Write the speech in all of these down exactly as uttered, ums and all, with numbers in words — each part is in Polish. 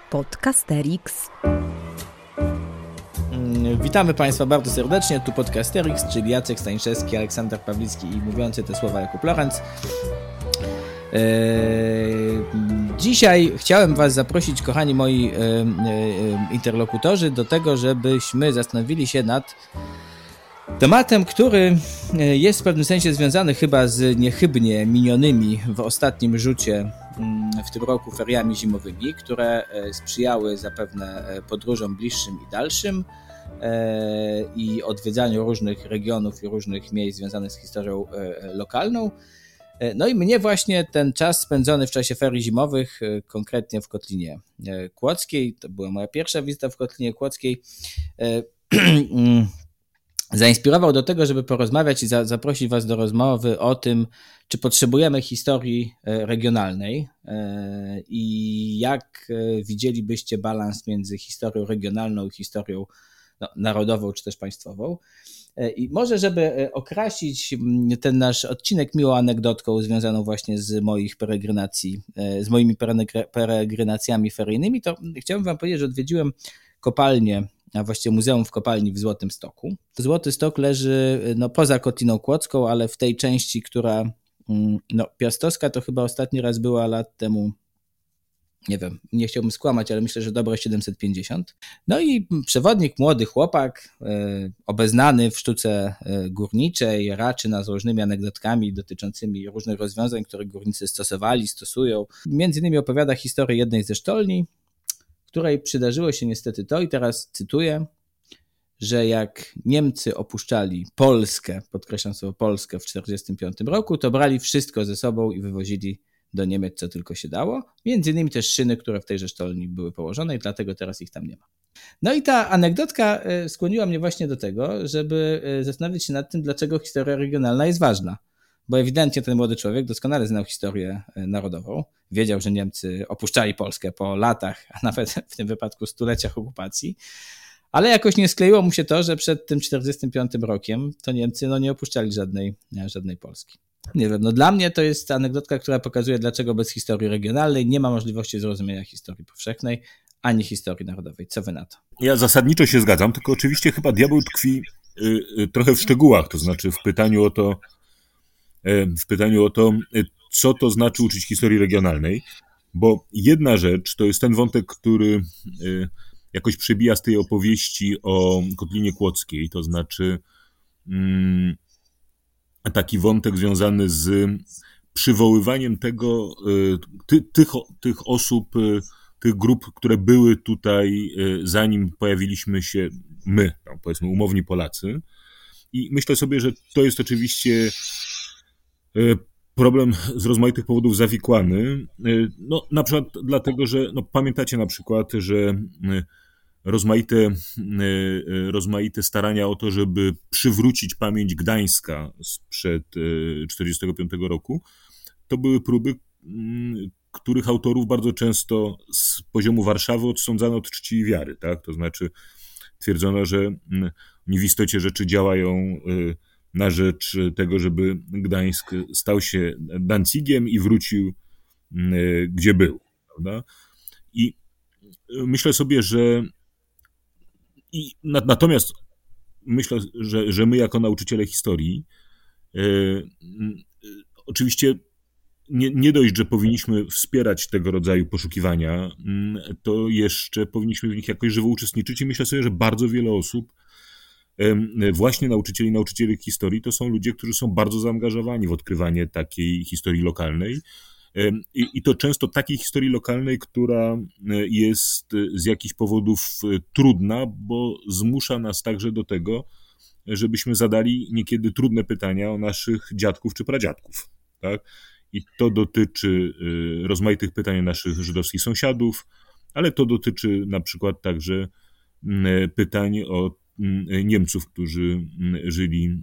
Podcasterix. Witamy Państwa bardzo serdecznie, tu Podcasterix, czyli Jacek Stańszewski, Aleksander Pawlicki i mówiący te słowa Jakub Lorenz. Eee, dzisiaj chciałem Was zaprosić, kochani moi e, e, interlokutorzy, do tego, żebyśmy zastanowili się nad tematem, który jest w pewnym sensie związany chyba z niechybnie minionymi w ostatnim rzucie w tym roku feriami zimowymi, które sprzyjały zapewne podróżom bliższym i dalszym i odwiedzaniu różnych regionów i różnych miejsc związanych z historią lokalną. No i mnie właśnie ten czas spędzony w czasie ferii zimowych, konkretnie w Kotlinie Kłodzkiej, to była moja pierwsza wizyta w Kotlinie Kłodzkiej, zainspirował do tego, żeby porozmawiać i za, zaprosić Was do rozmowy o tym, czy potrzebujemy historii regionalnej i jak widzielibyście balans między historią regionalną i historią no, narodową czy też państwową. I może, żeby okrasić ten nasz odcinek miłą anegdotką związaną właśnie z moich peregrinacji, z moimi peregrinacjami feryjnymi, to chciałbym Wam powiedzieć, że odwiedziłem kopalnię, a właściwie muzeum w kopalni w Złotym Stoku. Złoty Stok leży no, poza Kotliną Kłodzką, ale w tej części, która no, piastowska, to chyba ostatni raz była lat temu, nie wiem, nie chciałbym skłamać, ale myślę, że dobre siedemset pięćdziesiąt. No i przewodnik, młody chłopak, e, obeznany w sztuce górniczej, raczy nas różnymi anegdotkami dotyczącymi różnych rozwiązań, które górnicy stosowali, stosują. Między innymi opowiada historię jednej ze sztolni, której przydarzyło się niestety to, i teraz cytuję, że jak Niemcy opuszczali Polskę, podkreślam słowo Polskę, w tysiąc dziewięćset czterdziestym piątym roku, to brali wszystko ze sobą i wywozili do Niemiec, co tylko się dało. Między innymi też szyny, które w tejże sztolni były położone i dlatego teraz ich tam nie ma. No i ta anegdotka skłoniła mnie właśnie do tego, żeby zastanowić się nad tym, dlaczego historia regionalna jest ważna. Bo ewidentnie ten młody człowiek doskonale znał historię narodową. Wiedział, że Niemcy opuszczali Polskę po latach, a nawet w tym wypadku stuleciach okupacji. Ale jakoś nie skleiło mu się to, że przed tym czterdziestym piątym rokiem to Niemcy no, nie opuszczali żadnej, żadnej Polski. Nie wiem, no dla mnie to jest anegdotka, która pokazuje, dlaczego bez historii regionalnej nie ma możliwości zrozumienia historii powszechnej, ani historii narodowej. Co wy na to? Ja zasadniczo się zgadzam, tylko oczywiście chyba diabeł tkwi y, y, trochę w szczegółach, to znaczy w pytaniu o to, w pytaniu o to, co to znaczy uczyć historii regionalnej, bo jedna rzecz to jest ten wątek, który jakoś przebija z tej opowieści o Kotlinie Kłodzkiej, to znaczy taki wątek związany z przywoływaniem tego, ty, tych, tych osób, tych grup, które były tutaj, zanim pojawiliśmy się my, tam powiedzmy umowni Polacy. I myślę sobie, że to jest oczywiście problem z rozmaitych powodów zawikłany. No, na przykład dlatego, że no, pamiętacie na przykład, że rozmaite, rozmaite starania o to, żeby przywrócić pamięć Gdańska sprzed czterdziestego piątego roku, to były próby, których autorów bardzo często z poziomu Warszawy odsądzano od czci i wiary. Tak? To znaczy twierdzono, że oni w istocie rzeczy działają na rzecz tego, żeby Gdańsk stał się Dancigiem i wrócił, gdzie był. Prawda? I myślę sobie, że i natomiast myślę, że, że my jako nauczyciele historii e, oczywiście nie, nie dość, że powinniśmy wspierać tego rodzaju poszukiwania, to jeszcze powinniśmy w nich jakoś żywo uczestniczyć i myślę sobie, że bardzo wiele osób, właśnie nauczycieli, nauczycieli historii, to są ludzie, którzy są bardzo zaangażowani w odkrywanie takiej historii lokalnej i, i to często takiej historii lokalnej, która jest z jakichś powodów trudna, bo zmusza nas także do tego, żebyśmy zadali niekiedy trudne pytania o naszych dziadków czy pradziadków, tak? I to dotyczy rozmaitych pytań o naszych żydowskich sąsiadów, ale to dotyczy na przykład także pytań o Niemców, którzy żyli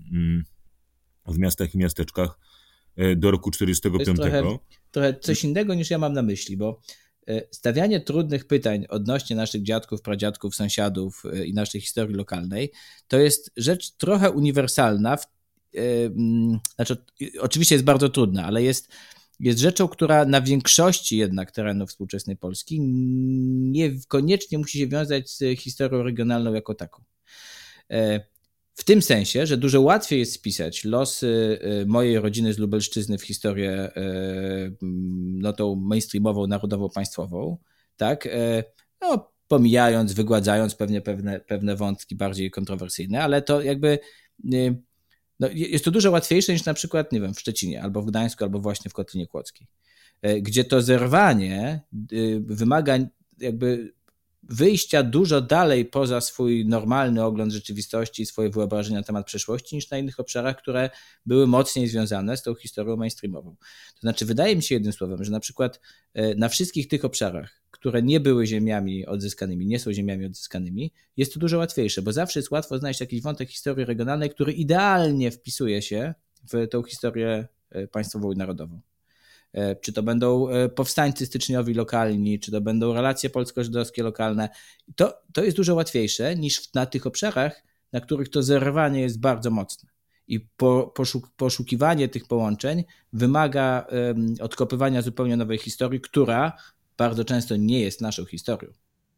w miastach i miasteczkach do roku czterdziestego piątego. To jest trochę, trochę coś innego niż ja mam na myśli, bo stawianie trudnych pytań odnośnie naszych dziadków, pradziadków, sąsiadów i naszej historii lokalnej to jest rzecz trochę uniwersalna. Znaczy, oczywiście jest bardzo trudna, ale jest jest rzeczą, która na większości jednak terenów współczesnej Polski niekoniecznie musi się wiązać z historią regionalną jako taką. W tym sensie, że dużo łatwiej jest spisać losy mojej rodziny z Lubelszczyzny w historię no, tą mainstreamową, narodową, państwową, tak, no, pomijając, wygładzając pewnie pewne, pewne wątki bardziej kontrowersyjne, ale to jakby no, jest to dużo łatwiejsze niż na przykład, nie wiem, w Szczecinie, albo w Gdańsku, albo właśnie w Kotlinie Kłodzkiej, gdzie to zerwanie wymaga jakby wyjścia dużo dalej poza swój normalny ogląd rzeczywistości i swoje wyobrażenia na temat przeszłości niż na innych obszarach, które były mocniej związane z tą historią mainstreamową. To znaczy, wydaje mi się jednym słowem, że na przykład na wszystkich tych obszarach, które nie były ziemiami odzyskanymi, nie są ziemiami odzyskanymi, jest to dużo łatwiejsze, bo zawsze jest łatwo znaleźć jakiś wątek historii regionalnej, który idealnie wpisuje się w tą historię państwową i narodową. Czy to będą powstańcy styczniowi lokalni, czy to będą relacje polsko-żydowskie lokalne. To, to jest dużo łatwiejsze niż na tych obszarach, na których to zerwanie jest bardzo mocne. I po, poszuk, poszukiwanie tych połączeń wymaga um, odkopywania zupełnie nowej historii, która bardzo często nie jest naszą historią.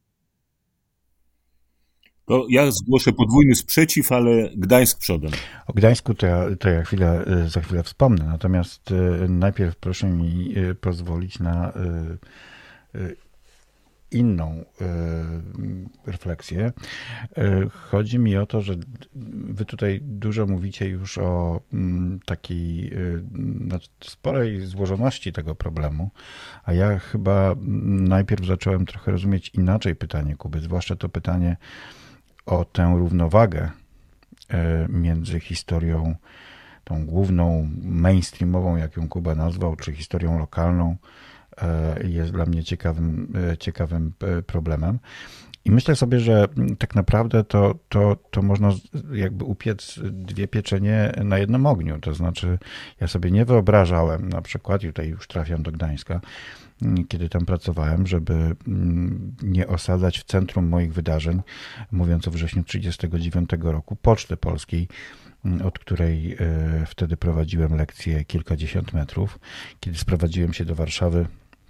To ja zgłoszę podwójny sprzeciw, ale Gdańsk przodem. O Gdańsku to ja, to ja chwilę, za chwilę wspomnę, natomiast najpierw proszę mi pozwolić na inną refleksję. Chodzi mi o to, że wy tutaj dużo mówicie już o takiej znaczy sporej złożoności tego problemu, a ja chyba najpierw zacząłem trochę rozumieć inaczej pytanie Kuby, zwłaszcza to pytanie o tę równowagę między historią tą główną, mainstreamową, jak ją Kuba nazwał, czy historią lokalną, jest dla mnie ciekawym, ciekawym problemem. I myślę sobie, że tak naprawdę to, to, to można jakby upiec dwie pieczenie na jednym ogniu. To znaczy, ja sobie nie wyobrażałem na przykład, i tutaj już trafiam do Gdańska, kiedy tam pracowałem, żeby nie osadzać w centrum moich wydarzeń, mówiąc o wrześniu tysiąc dziewięćset trzydziestego dziewiątego roku, Poczty Polskiej, od której wtedy prowadziłem lekcje kilkadziesiąt metrów. Kiedy sprowadziłem się do Warszawy,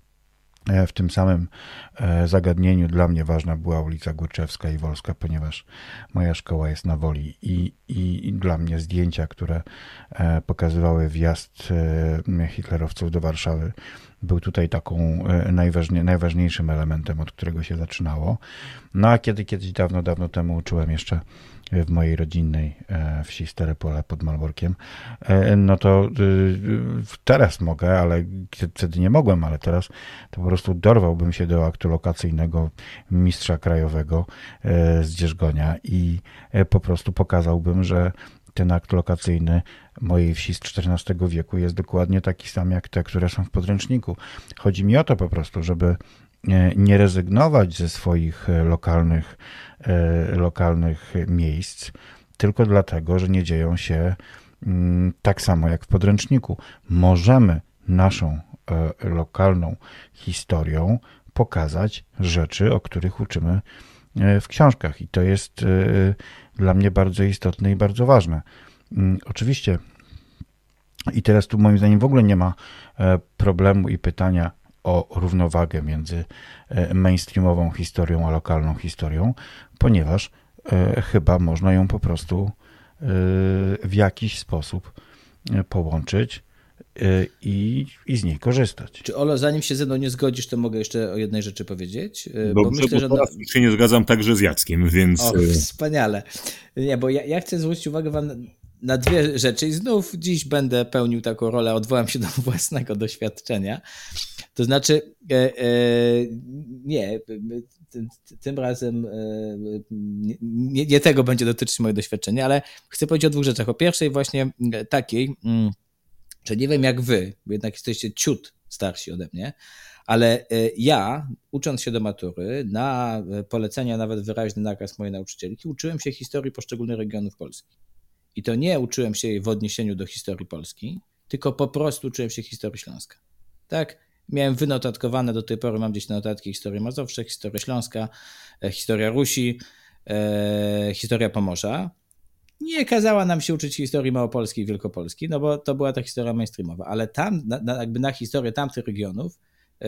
w tym samym zagadnieniu dla mnie ważna była ulica Górczewska i Wolska, ponieważ moja szkoła jest na Woli i, i, i dla mnie zdjęcia, które pokazywały wjazd hitlerowców do Warszawy, był tutaj taką najważniej, najważniejszym elementem, od którego się zaczynało. No a kiedy kiedyś dawno, dawno temu uczyłem jeszcze w mojej rodzinnej wsi Stare Pole pod Malborkiem, no to teraz mogę, ale wtedy nie mogłem, ale teraz to po prostu dorwałbym się do aktu lokacyjnego mistrza krajowego z Dzierżgonia i po prostu pokazałbym, że ten akt lokacyjny mojej wsi z czternastego wieku jest dokładnie taki sam jak te, które są w podręczniku. Chodzi mi o to po prostu, żeby nie rezygnować ze swoich lokalnych, lokalnych miejsc tylko dlatego, że nie dzieją się tak samo jak w podręczniku. Możemy naszą lokalną historią pokazać rzeczy, o których uczymy w książkach i to jest dla mnie bardzo istotne i bardzo ważne. Oczywiście i teraz tu moim zdaniem w ogóle nie ma problemu i pytania o równowagę między mainstreamową historią a lokalną historią, ponieważ chyba można ją po prostu w jakiś sposób połączyć i, i z niej korzystać. Czy Olo, zanim się ze mną nie zgodzisz, to mogę jeszcze o jednej rzeczy powiedzieć? Dobrze, bo, myślę, bo teraz że... się nie zgadzam także z Jackiem, więc... O, wspaniale. Nie, bo ja, ja chcę zwrócić uwagę wam na, na dwie rzeczy i znów dziś będę pełnił taką rolę, odwołam się do własnego doświadczenia. To znaczy, e, e, nie, tym, tym razem e, nie, nie tego będzie dotyczyć moje doświadczenie, ale chcę powiedzieć o dwóch rzeczach. O pierwszej właśnie takiej, mm, że nie wiem jak wy, bo jednak jesteście ciut starsi ode mnie, ale ja, ucząc się do matury, na polecenia, nawet wyraźny nakaz mojej nauczycielki, uczyłem się historii poszczególnych regionów Polski. I to nie uczyłem się jej w odniesieniu do historii Polski, tylko po prostu uczyłem się historii Śląska. Tak? Miałem wynotatkowane, do tej pory mam gdzieś notatki historii Mazowsza, historia Śląska, historia Rusi, e, historia Pomorza. nie kazała nam się uczyć historii Małopolski i Wielkopolski, no bo to była ta historia mainstreamowa, ale tam, na, na, jakby na historię tamtych regionów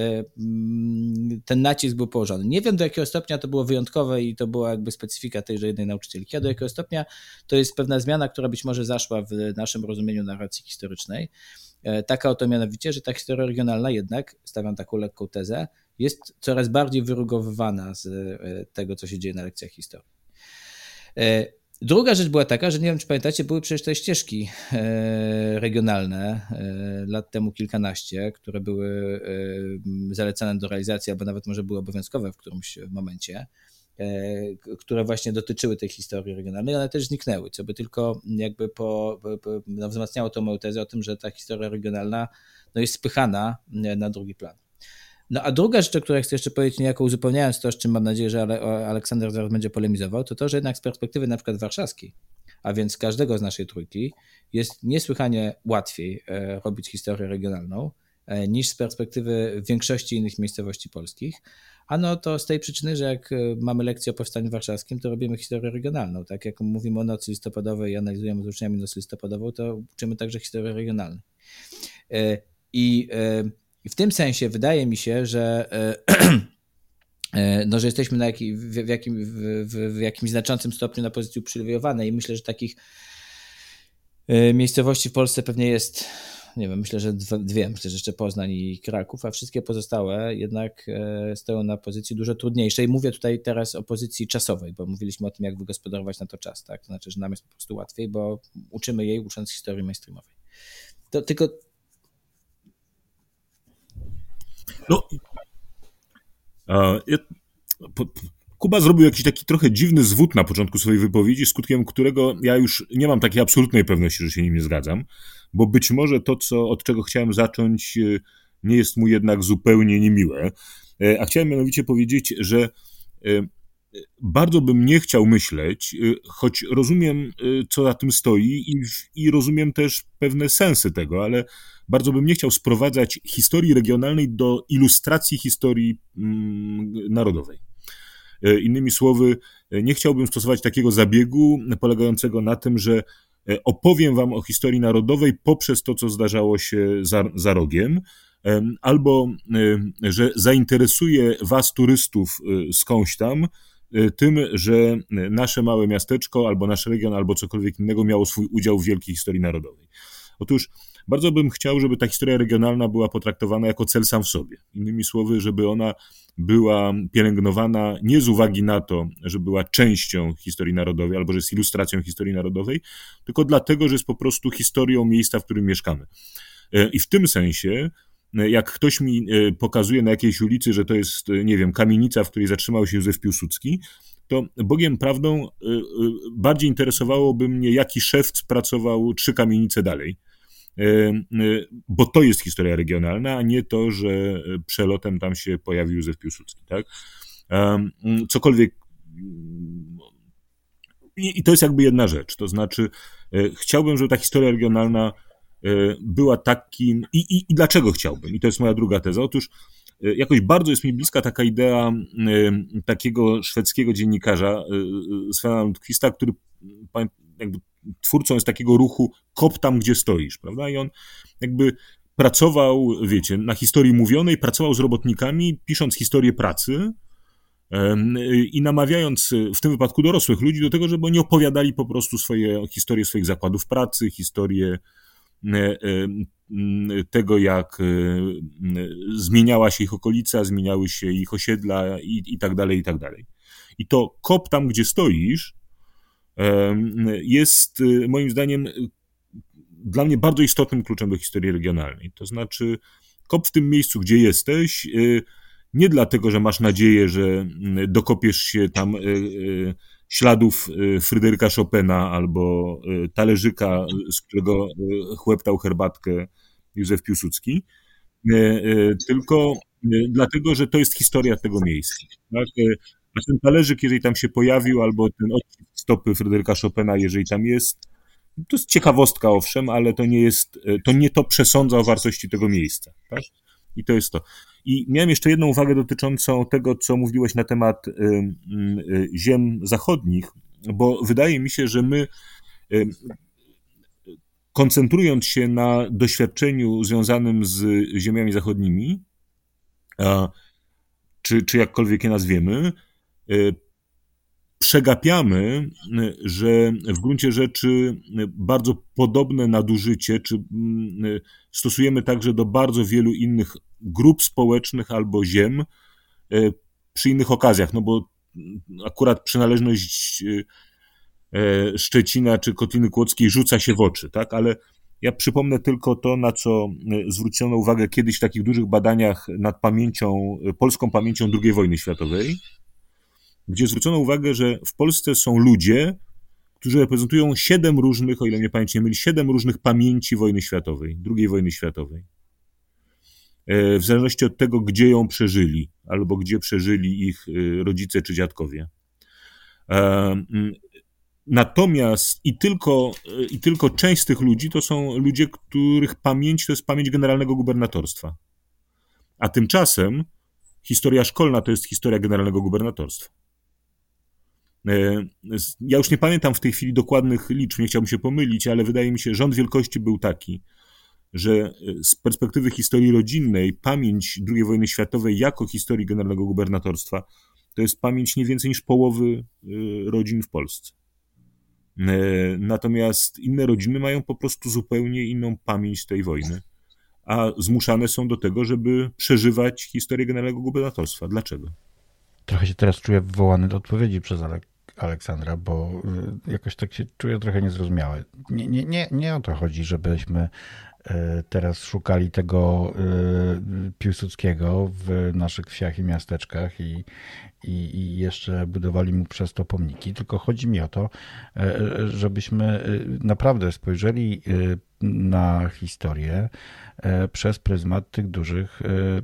ten nacisk był położony. Nie wiem, do jakiego stopnia to było wyjątkowe i to była jakby specyfika tejże jednej nauczycielki, a do jakiego stopnia to jest pewna zmiana, która być może zaszła w naszym rozumieniu narracji historycznej. Taka oto mianowicie, że ta historia regionalna jednak, stawiam taką lekką tezę, jest coraz bardziej wyrugowywana z tego, co się dzieje na lekcjach historii. Druga rzecz była taka, że nie wiem, czy pamiętacie, były przecież te ścieżki regionalne lat temu kilkanaście, które były zalecane do realizacji, albo nawet może były obowiązkowe w którymś momencie, które właśnie dotyczyły tej historii regionalnej, one też zniknęły, co by tylko jakby po, po, no, wzmacniało tą moją tezę o tym, że ta historia regionalna no, jest spychana na drugi plan. No a druga rzecz, o której chcę jeszcze powiedzieć, niejako uzupełniając to, z czym mam nadzieję, że Aleksander zaraz będzie polemizował, to to, że jednak z perspektywy na przykład warszawskiej, a więc każdego z naszej trójki, jest niesłychanie łatwiej robić historię regionalną niż z perspektywy większości innych miejscowości polskich. Ano to z tej przyczyny, że jak mamy lekcję o powstaniu warszawskim, to robimy historię regionalną. Tak jak mówimy o nocy listopadowej i analizujemy z uczniami noc listopadową, to uczymy także historii regionalnej. I I w tym sensie wydaje mi się, że, no, że jesteśmy na jaki, w, jakim, w, w jakimś znaczącym stopniu na pozycji uprzywilejowanej i myślę, że takich miejscowości w Polsce pewnie jest, nie wiem, myślę, że dwie, myślę, że jeszcze Poznań i Kraków, a wszystkie pozostałe jednak stoją na pozycji dużo trudniejszej. Mówię tutaj teraz o pozycji czasowej, bo mówiliśmy o tym, jak wygospodarować na to czas, tak? To znaczy, że nam jest po prostu łatwiej, bo uczymy jej, ucząc historii mainstreamowej. To tylko No, ja, po, Kuba zrobił jakiś taki trochę dziwny zwód na początku swojej wypowiedzi, skutkiem którego ja już nie mam takiej absolutnej pewności, że się nim nie zgadzam, bo być może to, co, od czego chciałem zacząć, nie jest mu jednak zupełnie niemiłe. A chciałem mianowicie powiedzieć, że bardzo bym nie chciał myśleć, choć rozumiem, co za tym stoi i, i rozumiem też pewne sensy tego, ale bardzo bym nie chciał sprowadzać historii regionalnej do ilustracji historii mm, narodowej. Innymi słowy, nie chciałbym stosować takiego zabiegu polegającego na tym, że opowiem wam o historii narodowej poprzez to, co zdarzało się za, za rogiem, albo że zainteresuję was, turystów, skądś tam, tym, że nasze małe miasteczko, albo nasz region, albo cokolwiek innego miało swój udział w wielkiej historii narodowej. Otóż bardzo bym chciał, żeby ta historia regionalna była potraktowana jako cel sam w sobie. Innymi słowy, żeby ona była pielęgnowana nie z uwagi na to, że była częścią historii narodowej, albo że jest ilustracją historii narodowej, tylko dlatego, że jest po prostu historią miejsca, w którym mieszkamy. I w tym sensie, jak ktoś mi pokazuje na jakiejś ulicy, że to jest, nie wiem, kamienica, w której zatrzymał się Józef Piłsudski, to Bogiem prawdą bardziej interesowałoby mnie, jaki szewc pracował trzy kamienice dalej. Bo to jest historia regionalna, a nie to, że przelotem tam się pojawił Józef Piłsudski, tak? Cokolwiek. I to jest jakby jedna rzecz, to znaczy chciałbym, żeby ta historia regionalna była takim... I, i, i dlaczego chciałbym? I to jest moja druga teza. Otóż jakoś bardzo jest mi bliska taka idea takiego szwedzkiego dziennikarza Svena Lundquista, który jakby twórcą jest takiego ruchu kop tam, gdzie stoisz, prawda? I on jakby pracował, wiecie, na historii mówionej, pracował z robotnikami, pisząc historię pracy i namawiając w tym wypadku dorosłych ludzi do tego, żeby oni opowiadali po prostu swoje historie swoich zakładów pracy, historię tego, jak zmieniała się ich okolica, zmieniały się ich osiedla i, i tak dalej, i tak dalej. I to kop tam, gdzie stoisz, jest moim zdaniem dla mnie bardzo istotnym kluczem do historii regionalnej. To znaczy kop w tym miejscu, gdzie jesteś, nie dlatego, że masz nadzieję, że dokopiesz się tam śladów Fryderyka Chopina albo talerzyka, z którego chłeptał herbatkę Józef Piłsudski, tylko dlatego, że to jest historia tego miejsca. Tak? A ten talerzyk, jeżeli tam się pojawił, albo ten odcisk stopy Fryderyka Chopina, jeżeli tam jest, to jest ciekawostka, owszem, ale to nie jest, to nie to przesądza o wartości tego miejsca. Tak? I to jest to. I miałem jeszcze jedną uwagę dotyczącą tego, co mówiłeś na temat ziem zachodnich, bo wydaje mi się, że my koncentrując się na doświadczeniu związanym z ziemiami zachodnimi, czy, czy jakkolwiek je nazwiemy, przegapiamy, że w gruncie rzeczy bardzo podobne nadużycie, czy stosujemy także do bardzo wielu innych grup społecznych albo ziem przy innych okazjach, no bo akurat przynależność Szczecina czy Kotliny Kłodzkiej rzuca się w oczy, tak? Ale ja przypomnę tylko to, na co zwrócono uwagę kiedyś w takich dużych badaniach nad pamięcią, polską pamięcią drugiej wojny światowej, gdzie zwrócono uwagę, że w Polsce są ludzie, którzy reprezentują siedem różnych, o ile mnie pamięć nie myli, siedem różnych pamięci wojny światowej, drugiej wojny światowej. W zależności od tego, gdzie ją przeżyli, albo gdzie przeżyli ich rodzice czy dziadkowie. Natomiast i tylko, i tylko część z tych ludzi to są ludzie, których pamięć to jest pamięć generalnego gubernatorstwa. A tymczasem historia szkolna to jest historia generalnego gubernatorstwa. Ja już nie pamiętam w tej chwili dokładnych liczb, nie chciałbym się pomylić, ale wydaje mi się, że rząd wielkości był taki, że z perspektywy historii rodzinnej pamięć drugiej wojny światowej jako historii generalnego gubernatorstwa to jest pamięć nie więcej niż połowy rodzin w Polsce. Natomiast inne rodziny mają po prostu zupełnie inną pamięć tej wojny, a zmuszane są do tego, żeby przeżywać historię generalnego gubernatorstwa. Dlaczego? Trochę się teraz czuję wywołany do odpowiedzi przez Alek- Aleksandra, bo jakoś tak się czuję trochę niezrozumiały. Nie, nie, nie, nie o to chodzi, żebyśmy teraz szukali tego Piłsudskiego w naszych wsiach i miasteczkach i, i, i jeszcze budowali mu przez to pomniki, tylko chodzi mi o to, żebyśmy naprawdę spojrzeli na historię przez pryzmat tych dużych,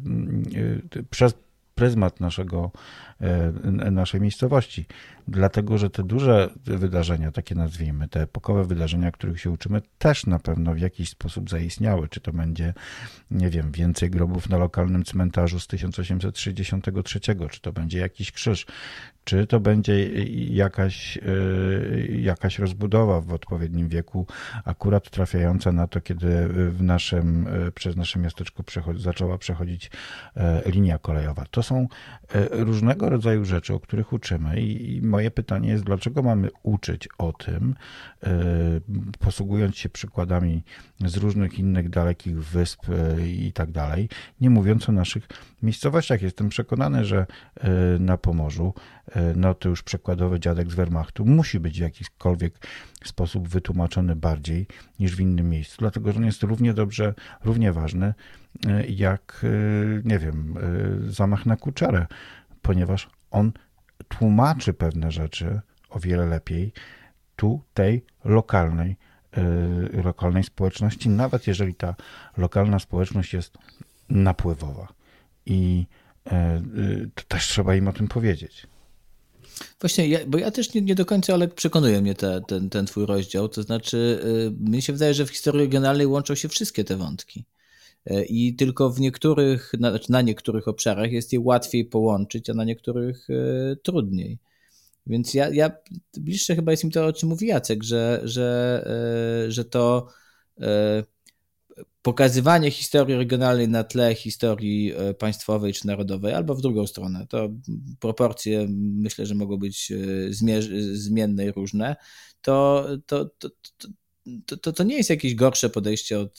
przez pryzmat naszego, naszej miejscowości. Dlatego, że te duże wydarzenia, takie nazwijmy, te epokowe wydarzenia, których się uczymy, też na pewno w jakiś sposób zaistniały. Czy to będzie, nie wiem, więcej grobów na lokalnym cmentarzu z tysiąc osiemset sześćdziesiątego trzeciego, czy to będzie jakiś krzyż, czy to będzie jakaś, jakaś rozbudowa w odpowiednim wieku, akurat trafiająca na to, kiedy w naszym, przez nasze miasteczko przechodzi, zaczęła przechodzić linia kolejowa. To są różnego rodzaju rzeczy, o których uczymy i moje pytanie jest, dlaczego mamy uczyć o tym, posługując się przykładami z różnych innych dalekich wysp i tak dalej, nie mówiąc o naszych miejscowościach. Jestem przekonany, że na Pomorzu, no to już przykładowy dziadek z Wehrmachtu musi być w jakikolwiek sposób wytłumaczony bardziej niż w innym miejscu, dlatego że on jest równie dobrze, równie ważny jak, nie wiem, zamach na Kuczerę, ponieważ on tłumaczy pewne rzeczy o wiele lepiej tu tej lokalnej, lokalnej społeczności, nawet jeżeli ta lokalna społeczność jest napływowa. I to też trzeba im o tym powiedzieć. Właśnie, ja, bo ja też nie, nie do końca, ale przekonuje mnie te, ten, ten twój rozdział. To znaczy, yy, mi się wydaje, że w historii regionalnej łączą się wszystkie te wątki. Yy, I tylko w niektórych, na, na niektórych obszarach jest je łatwiej połączyć, a na niektórych yy, trudniej. Więc ja, ja bliższe chyba jest mi to, o czym mówi Jacek, że, że, yy, że to yy, pokazywanie historii regionalnej na tle historii państwowej czy narodowej, albo w drugą stronę, to proporcje myślę, że mogą być zmienne i różne, to, to, to, to, to, to nie jest jakieś gorsze podejście od,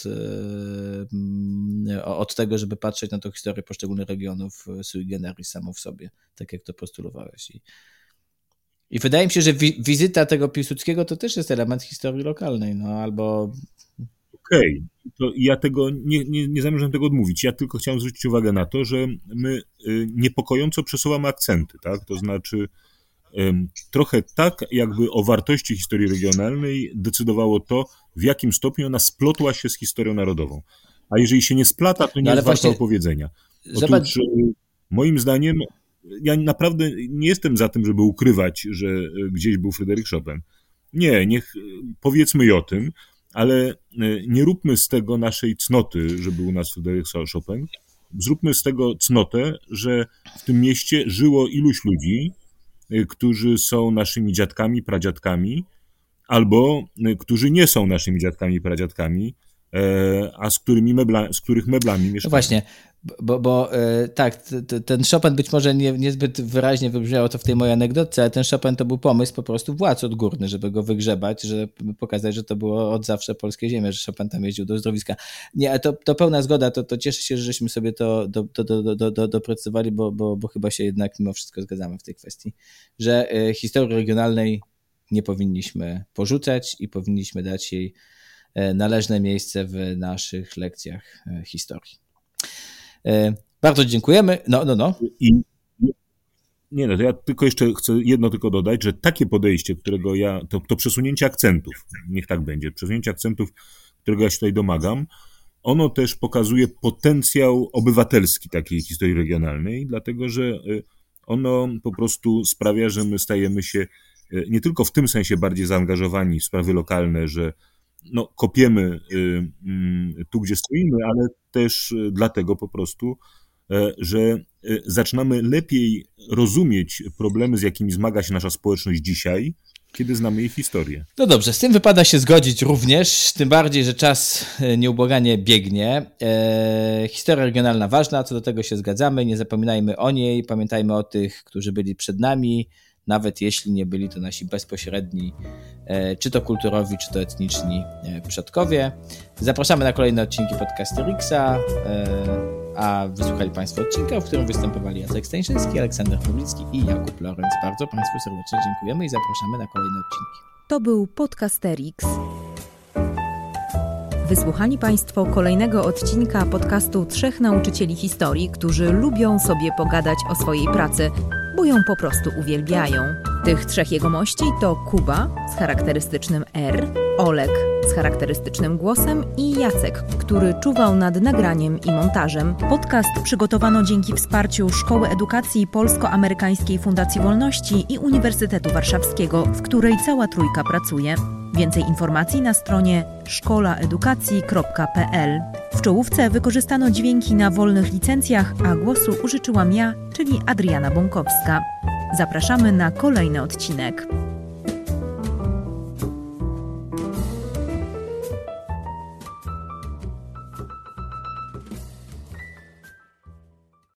od tego, żeby patrzeć na tą historię poszczególnych regionów sui generis samo w sobie, tak jak to postulowałeś. I, i wydaje mi się, że wi- wizyta tego Piłsudskiego to też jest element historii lokalnej, no albo... Okej, okay. To ja tego nie, nie, nie zamierzam tego odmówić. Ja tylko chciałem zwrócić uwagę na to, że my niepokojąco przesuwamy akcenty, tak? To znaczy trochę tak, jakby o wartości historii regionalnej decydowało to, w jakim stopniu ona splotła się z historią narodową. A jeżeli się nie splata, to nie no, jest warta opowiedzenia. Otóż, zobacz... moim zdaniem, ja naprawdę nie jestem za tym, żeby ukrywać, że gdzieś był Fryderyk Chopin. Nie, niech powiedzmy i o tym, ale nie róbmy z tego naszej cnoty, że był u nas Fryderyk Chopin. Zróbmy z tego cnotę, że w tym mieście żyło iluś ludzi, którzy są naszymi dziadkami, pradziadkami, albo którzy nie są naszymi dziadkami i pradziadkami, a z, którymi mebla, z których meblami mieszkamy. No właśnie, bo, bo tak, t, t, ten Chopin być może nie, niezbyt wyraźnie wybrzmiało to w tej mojej anegdotce, ale ten Chopin to był pomysł po prostu władz odgórnych, żeby go wygrzebać, żeby pokazać, że to było od zawsze polskie ziemie, że Chopin tam jeździł do uzdrowiska. Nie, to, to pełna zgoda, to, to cieszę się, że żeśmy sobie to do, do, do, do, do, doprecyzowali, bo, bo, bo chyba się jednak mimo wszystko zgadzamy w tej kwestii, że historii regionalnej nie powinniśmy porzucać i powinniśmy dać jej należne miejsce w naszych lekcjach historii. Bardzo dziękujemy. No, no, no. I, nie, no to ja tylko jeszcze chcę jedno tylko dodać, że takie podejście, którego ja, to, to przesunięcie akcentów, niech tak będzie, przesunięcie akcentów, którego ja się tutaj domagam, ono też pokazuje potencjał obywatelski takiej historii regionalnej, dlatego że ono po prostu sprawia, że my stajemy się nie tylko w tym sensie bardziej zaangażowani w sprawy lokalne, że no, kopiemy tu, gdzie stoimy, ale też dlatego po prostu, że zaczynamy lepiej rozumieć problemy, z jakimi zmaga się nasza społeczność dzisiaj, kiedy znamy jej historię. No dobrze, z tym wypada się zgodzić również, tym bardziej, że czas nieubłaganie biegnie. E, historia regionalna ważna, co do tego się zgadzamy, nie zapominajmy o niej, pamiętajmy o tych, którzy byli przed nami, nawet jeśli nie byli to nasi bezpośredni, czy to kulturowi, czy to etniczni przodkowie. Zapraszamy na kolejne odcinki podcastu Rixa, a wysłuchali Państwo odcinka, w którym występowali Jacek Stańczyński, Aleksander Pawlicki i Jakub Lorenz. Bardzo Państwu serdecznie dziękujemy i zapraszamy na kolejne odcinki. To był Podcasterix. Wysłuchali Państwo kolejnego odcinka podcastu trzech nauczycieli historii, którzy lubią sobie pogadać o swojej pracy, bo ją po prostu uwielbiają. Tych trzech jegomości to Kuba z charakterystycznym R, Olek z charakterystycznym głosem i Jacek, który czuwał nad nagraniem i montażem. Podcast przygotowano dzięki wsparciu Szkoły Edukacji Polsko-Amerykańskiej Fundacji Wolności i Uniwersytetu Warszawskiego, w której cała trójka pracuje. Więcej informacji na stronie szkoła edukacji kropka p l. W czołówce wykorzystano dźwięki na wolnych licencjach, a głosu użyczyłam ja, czyli Adriana Bąkowska. Zapraszamy na kolejny odcinek.